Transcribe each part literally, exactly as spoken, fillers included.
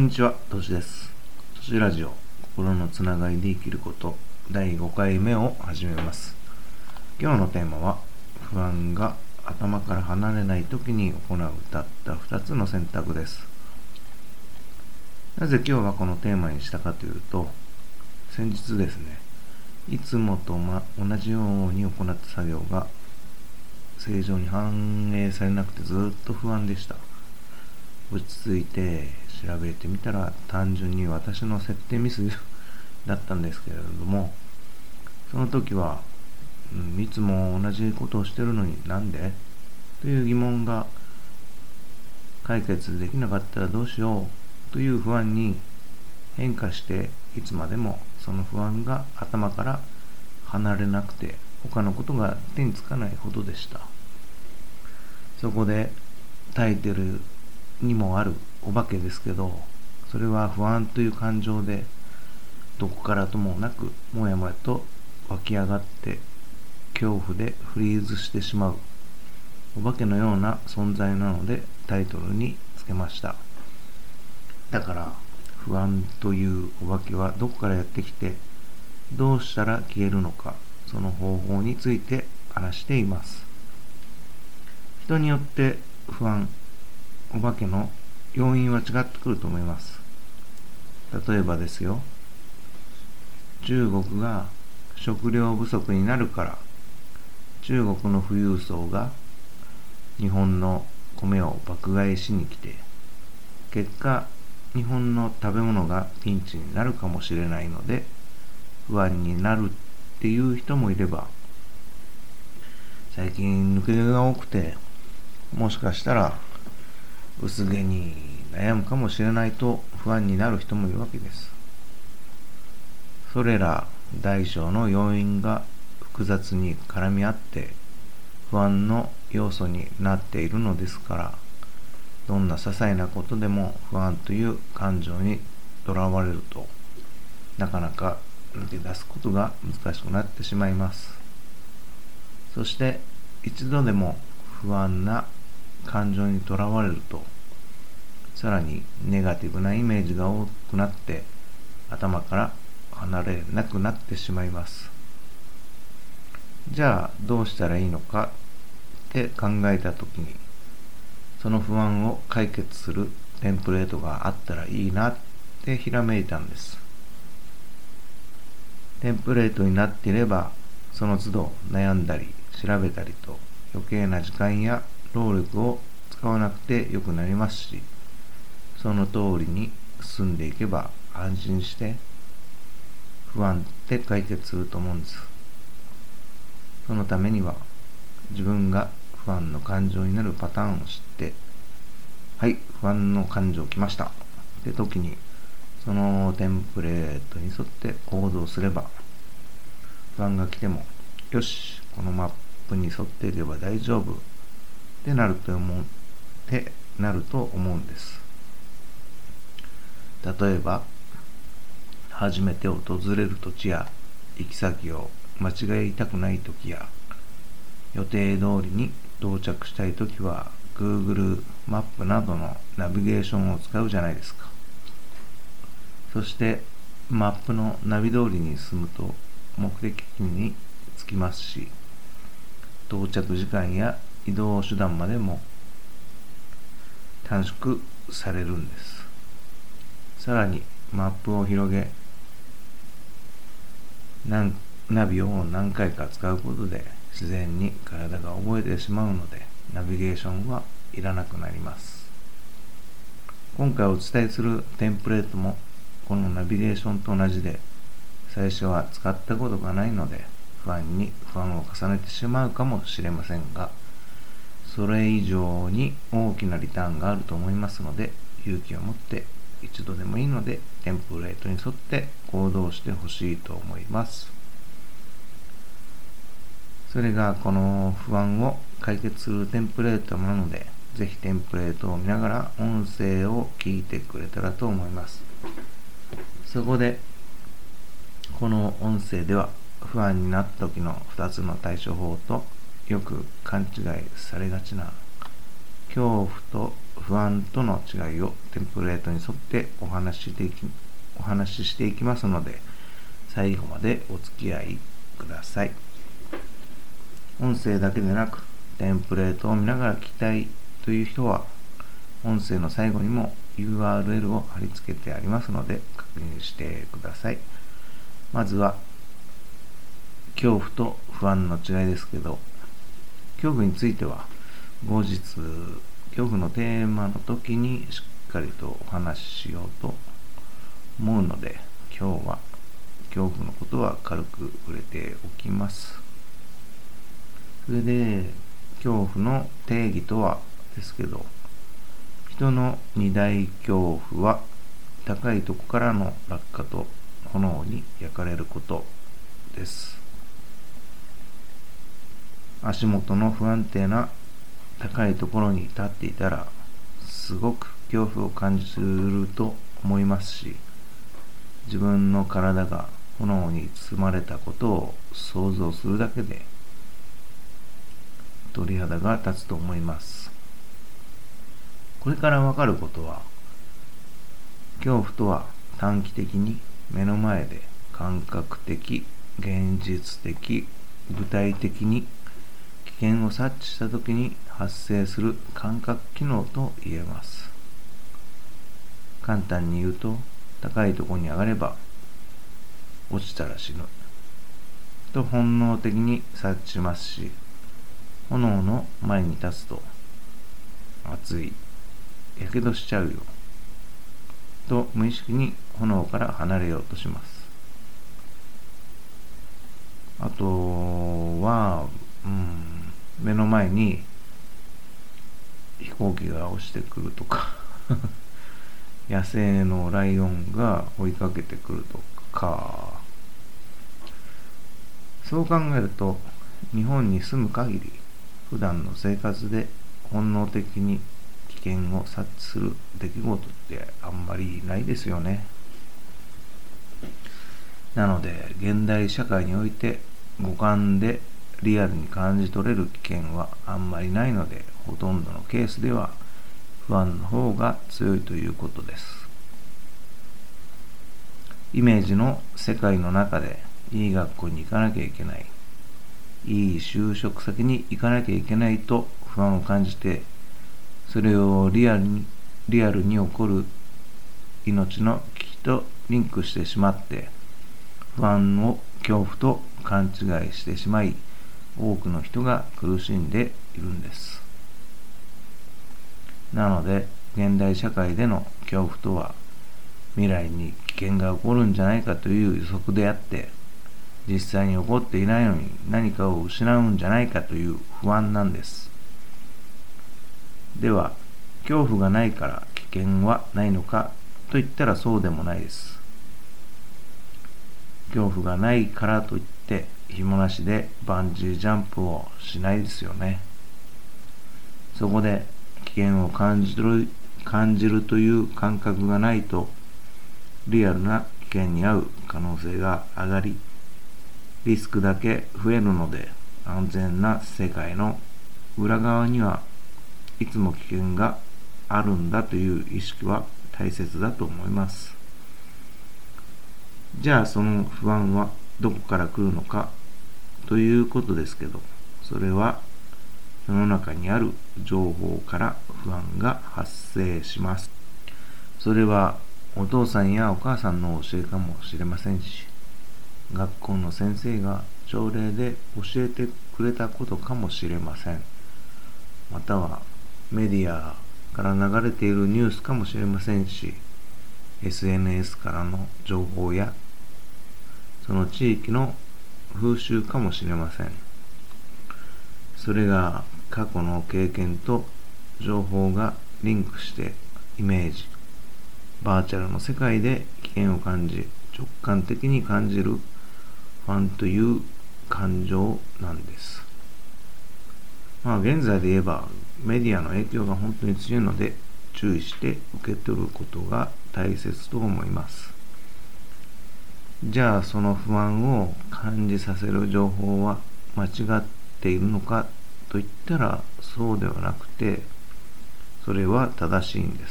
こんにちは、としです。としラジオ、心のつながりで生きることだいごかいめを始めます。今日のテーマは、不安が頭から離れないときに行うたったふたつの選択です。なぜ今日はこのテーマにしたかというと、先日ですね、いつもと、ま、同じように行った作業が正常に反映されなくてずっと不安でした。落ち着いて調べてみたら単純に私の設定ミスだったんですけれども、その時は、うん、いつも同じことをしてるのになんでという疑問が解決できなかったらどうしようという不安に変化して、いつまでもその不安が頭から離れなくて他のことが手につかないほどでした。そこでタイトルにもあるお化けですけど、それは不安という感情でどこからともなくもやもやと湧き上がって恐怖でフリーズしてしまうお化けのような存在なのでタイトルにつけました。だから不安というお化けはどこからやってきてどうしたら消えるのか、その方法について話しています。人によって不安、お化けの要因は違ってくると思います。例えばですよ、中国が食料不足になるから中国の富裕層が日本の米を爆買いしに来て、結果日本の食べ物がピンチになるかもしれないので不安になるっていう人もいれば、最近抜け毛が多くてもしかしたら薄毛に悩むかもしれないと不安になる人もいるわけです。それら大小の要因が複雑に絡み合って不安の要素になっているのですから、どんな些細なことでも不安という感情にとらわれるとなかなか抜け出すことが難しくなってしまいます。そして一度でも不安な感情にとらわれると、さらにネガティブなイメージが多くなって頭から離れなくなってしまいます。じゃあどうしたらいいのかって考えたときに、その不安を解決するテンプレートがあったらいいなってひらめいたんです。テンプレートになっていれば、その都度悩んだり調べたりと余計な時間や労力を使わなくてよくなりますし、その通りに進んでいけば安心して不安って解決すると思うんです。そのためには自分が不安の感情になるパターンを知って、はい、不安の感情来ましたって時にそのテンプレートに沿って行動すれば、不安が来てもよし、このマップに沿っていれば大丈夫ってなると思うってなると思うんです。例えば初めて訪れる土地や行き先を間違えたくないときや、予定通りに到着したいときは Google マップなどのナビゲーションを使うじゃないですか。そしてマップのナビ通りに進むと目的地に着きますし、到着時間や移動手段までも短縮されるんです。さらにマップを広げ、ナビを何回か使うことで自然に体が覚えてしまうので、ナビゲーションはいらなくなります。今回お伝えするテンプレートもこのナビゲーションと同じで、最初は使ったことがないので不安に不安を重ねてしまうかもしれませんが、それ以上に大きなリターンがあると思いますので、勇気を持って一度でもいいのでテンプレートに沿って行動してほしいと思います。それがこの不安を解決するテンプレートなので、ぜひテンプレートを見ながら音声を聞いてくれたらと思います。そこでこの音声では不安になった時のふたつの対処法と、よく勘違いされがちな恐怖と不安との違いをテンプレートに沿ってお話ししていき、お話ししていきますので、最後までお付き合いください。音声だけでなく、テンプレートを見ながら聞きたいという人は、音声の最後にも ユーアールエル を貼り付けてありますので、確認してください。まずは、恐怖と不安の違いですけど、恐怖については、後日、恐怖のテーマの時にしっかりとお話ししようと思うので、今日は恐怖のことは軽く触れておきます。それで、恐怖の定義とはですけど、人の二大恐怖は高いとこからの落下と炎に焼かれることです。足元の不安定な高いところに立っていたらすごく恐怖を感じると思いますし、自分の体が炎に包まれたことを想像するだけで鳥肌が立つと思います。これからわかることは、恐怖とは短期的に目の前で感覚的、現実的、具体的に危険を察知したときに発生する感覚機能と言えます。簡単に言うと、高いところに上がれば落ちたら死ぬと本能的に察知しますし、炎の前に立つと熱い、やけどしちゃうよと無意識に炎から離れようとします。あとは、うん、目の前に飛行機が落ちてくるとか野生のライオンが追いかけてくるとか、そう考えると日本に住む限り普段の生活で本能的に危険を察知する出来事ってあんまりないですよね。なので現代社会において五感でリアルに感じ取れる危険はあんまりないので、ほとんどのケースでは不安の方が強いということです。イメージの世界の中でいい学校に行かなきゃいけない、いい就職先に行かなきゃいけないと不安を感じて、それをリアルに、リアルに起こる命の危機とリンクしてしまって、不安を恐怖と勘違いしてしまい、多くの人が苦しんでいるんです。なので、現代社会での恐怖とは、未来に危険が起こるんじゃないかという予測であって、実際に起こっていないのに何かを失うんじゃないかという不安なんです。では、恐怖がないから危険はないのかといったらそうでもないです。恐怖がないからといって紐なしでバンジージャンプをしないですよね。そこで危険を感じる、感じるという感覚がないと、リアルな危険に遭う可能性が上がり、リスクだけ増えるので、安全な世界の裏側にはいつも危険があるんだという意識は大切だと思います。じゃあその不安はどこから来るのかということですけど、それは世の中にある情報から不安が発生します。それはお父さんやお母さんの教えかもしれませんし、学校の先生が朝礼で教えてくれたことかもしれません。またはメディアから流れているニュースかもしれませんし、エスエヌエス からの情報やその地域の風習かもしれません。それが過去の経験と情報がリンクしてイメージ、バーチャルの世界で危険を感じ、直感的に感じる不安という感情なんです。まあ現在で言えばメディアの影響が本当に強いので、注意して受け取ることが大切と思います。じゃあその不安を感じさせる情報は間違っているのかといったらそうではなくて、 それは正しいんです。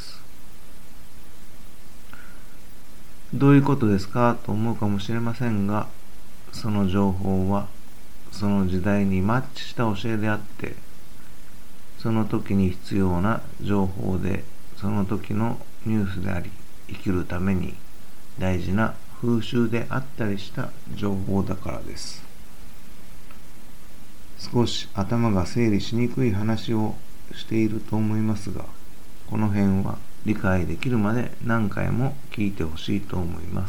どういうことですかと思うかもしれませんが、その情報はその時代にマッチした教えであって、その時に必要な情報で、その時のニュースであり、生きるために大事な風習であったりした情報だからです。少し頭が整理しにくい話をしていると思いますが、この辺は理解できるまで何回も聞いてほしいと思います。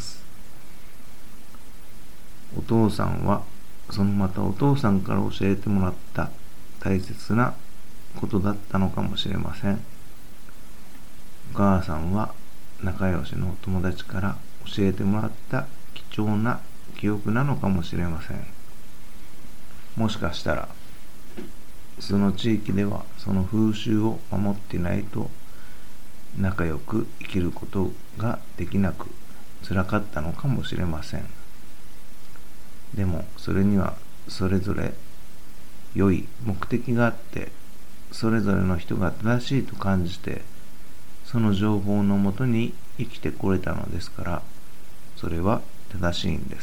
お父さんはそのまたお父さんから教えてもらった大切なことだったのかもしれません。お母さんは仲良しのお友達から教えてもらった貴重な記憶なのかもしれません。もしかしたらその地域ではその風習を守っていないと仲良く生きることができなく辛かったのかもしれません。でもそれにはそれぞれ良い目的があって、それぞれの人が正しいと感じてその情報のもとに生きてこれたのですから、それは正しいんです。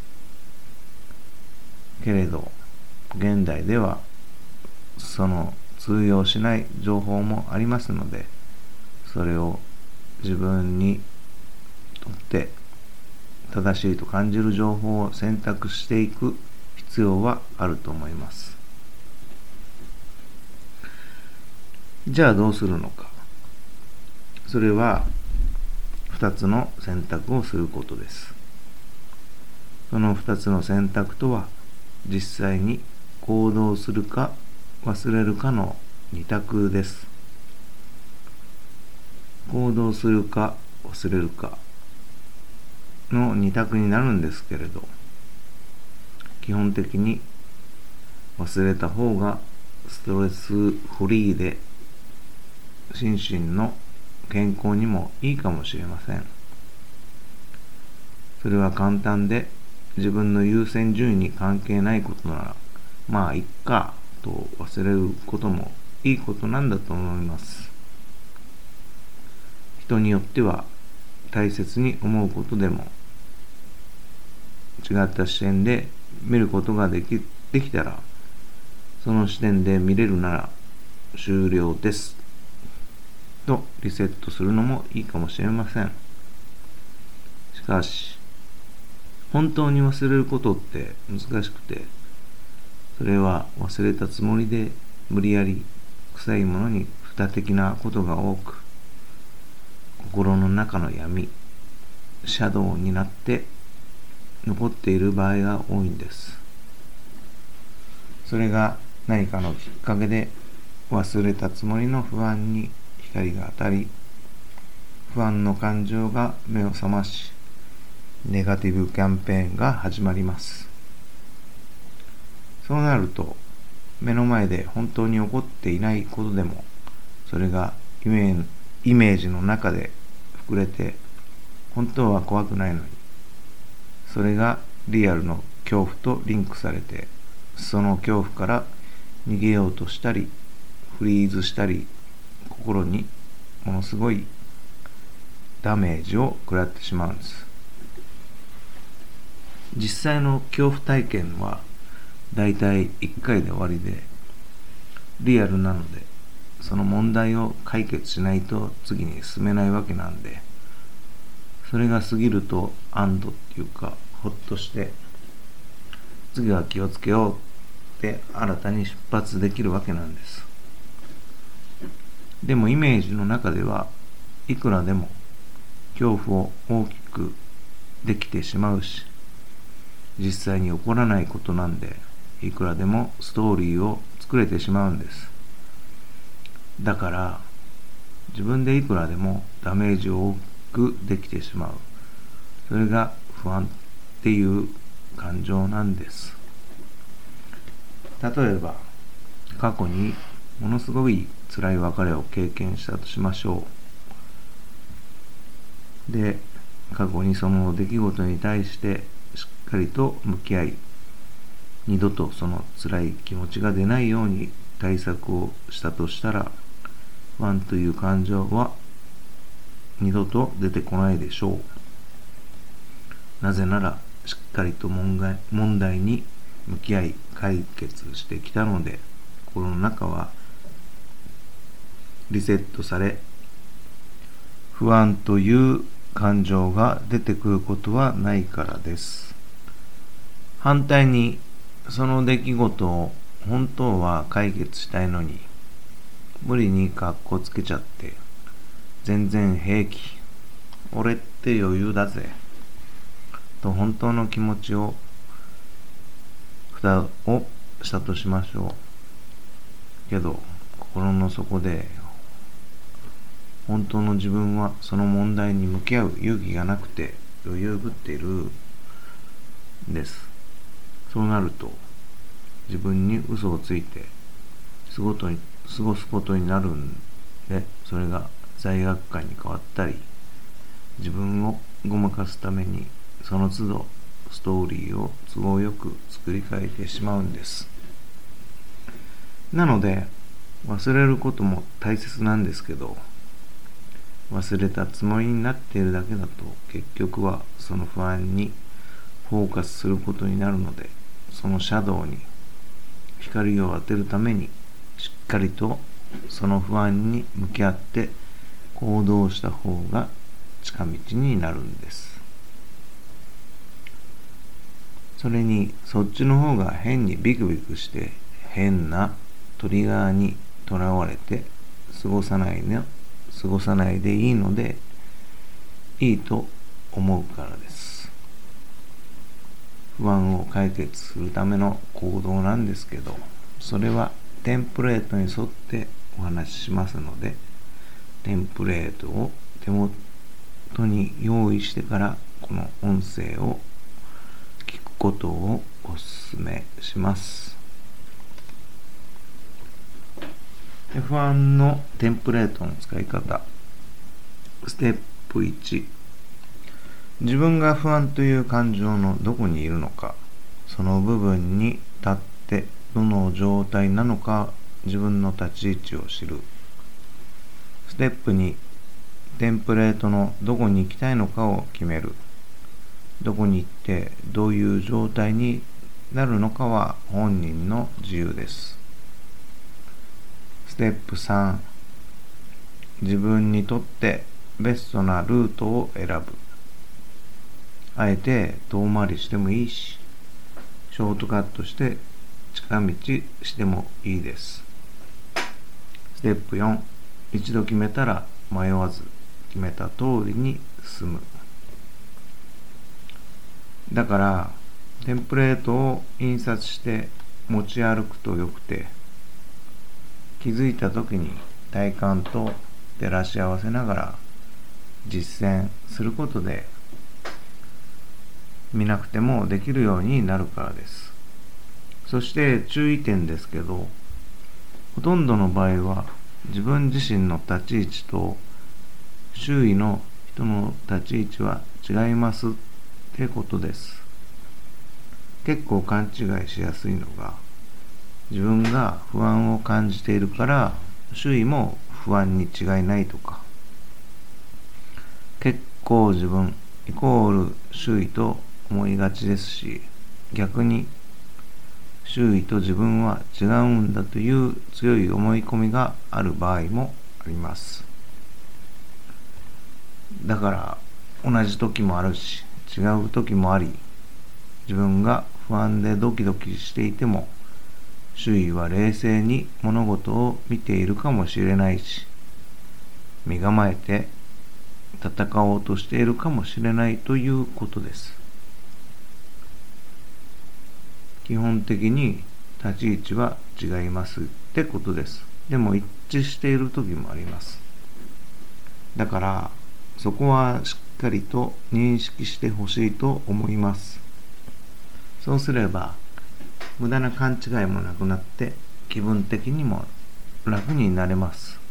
けれど現代ではその通用しない情報もありますので、それを自分にとって正しいと感じる情報を選択していく必要はあると思います。じゃあどうするのか。それは二つの選択をすることです。その二つの選択とは、実際に行動するか忘れるかの二択です。行動するか忘れるかの二択になるんですけれど、基本的に忘れた方がストレスフリーで心身の健康にもいいかもしれません。それは簡単で自分の優先順位に関係ないことなら、まあいっかと忘れることもいいことなんだと思います。人によっては大切に思うことでも違った視点で見ることができ、できたら、その視点で見れるなら終了ですとリセットするのもいいかもしれません。しかし本当に忘れることって難しくて、それは忘れたつもりで無理やり臭いものに蓋的なことが多く、心の中の闇、シャドウになって残っている場合が多いんです。それが何かのきっかけで忘れたつもりの不安に光が当たり、不安の感情が目を覚まし、ネガティブキャンペーンが始まります。そうなると、目の前で本当に起こっていないことでも、それがイメージ、イメージの中で膨れて、本当は怖くないのに、それがリアルの恐怖とリンクされて、その恐怖から逃げようとしたり、フリーズしたり、心にものすごいダメージを食らってしまうんです。実際の恐怖体験はだいたいいっかいで終わりで、リアルなのでその問題を解決しないと次に進めないわけなんで、それが過ぎると安堵っていうかほっとして、次は気をつけようって新たに出発できるわけなんです。でもイメージの中ではいくらでも恐怖を大きくできてしまうし、実際に起こらないことなんで、いくらでもストーリーを作れてしまうんです。だから自分でいくらでもダメージを大きくできてしまう。それが不安っていう感情なんです。例えば過去にものすごい辛い別れを経験したとしましょう。で、過去にその出来事に対してしっかりと向き合い、二度とその辛い気持ちが出ないように対策をしたとしたら、 不安という感情は二度と出てこないでしょう。なぜなら、しっかりと問題、問題に向き合い解決してきたので、心の中はリセットされ、不安という感情が出てくることはないからです。反対に、その出来事を本当は解決したいのに、無理にカッコつけちゃって、全然平気、俺って余裕だぜ、と本当の気持ちを蓋をしたとしましょう。けど、心の底で、本当の自分はその問題に向き合う勇気がなくて余裕ぶっているんです。そうなると、自分に嘘をついて過ごとに過ごすことになるんで、それが罪悪感に変わったり、自分をごまかすためにその都度ストーリーを都合よく作り変えてしまうんです。なので、忘れることも大切なんですけど、忘れたつもりになっているだけだと、結局はその不安にフォーカスすることになるので、そのシャドウに光を当てるために、しっかりとその不安に向き合って行動した方が近道になるんです。それに、そっちの方が変にビクビクして変なトリガーにとらわれて過ごさないの過ごさないでいいのでいいと思うからです。不安を解決するための行動なんですけど、それはテンプレートに沿ってお話ししますので、テンプレートを手元に用意してからこの音声を聞くことをお勧めします。不安のテンプレートの使い方。ステップいち、自分が不安という感情のどこにいるのか、その部分に立ってどの状態なのか、自分の立ち位置を知る。ステップに、テンプレートのどこに行きたいのかを決める。どこに行ってどういう状態になるのかは本人の自由です。ステップさん、自分にとってベストなルートを選ぶ。あえて遠回りしてもいいし、ショートカットして近道してもいいです。ステップよん、一度決めたら迷わず決めた通りに進む。だから、テンプレートを印刷して持ち歩くとよくて、気づいた時に体感と照らし合わせながら実践することで、見なくてもできるようになるからです。そして注意点ですけど、ほとんどの場合は自分自身の立ち位置と周囲の人の立ち位置は違いますってことです。結構勘違いしやすいのが、自分が不安を感じているから周囲も不安に違いないとか、結構自分イコール周囲と思いがちですし、逆に周囲と自分は違うんだという強い思い込みがある場合もあります。だから同じ時もあるし、違う時もあり、自分が不安でドキドキしていても、周囲は冷静に物事を見ているかもしれないし、身構えて戦おうとしているかもしれないということです。基本的に立ち位置は違いますってことです。でも一致している時もあります。だからそこはしっかりと認識してほしいと思います。そうすれば無駄な勘違いもなくなって、気分的にも楽になれます。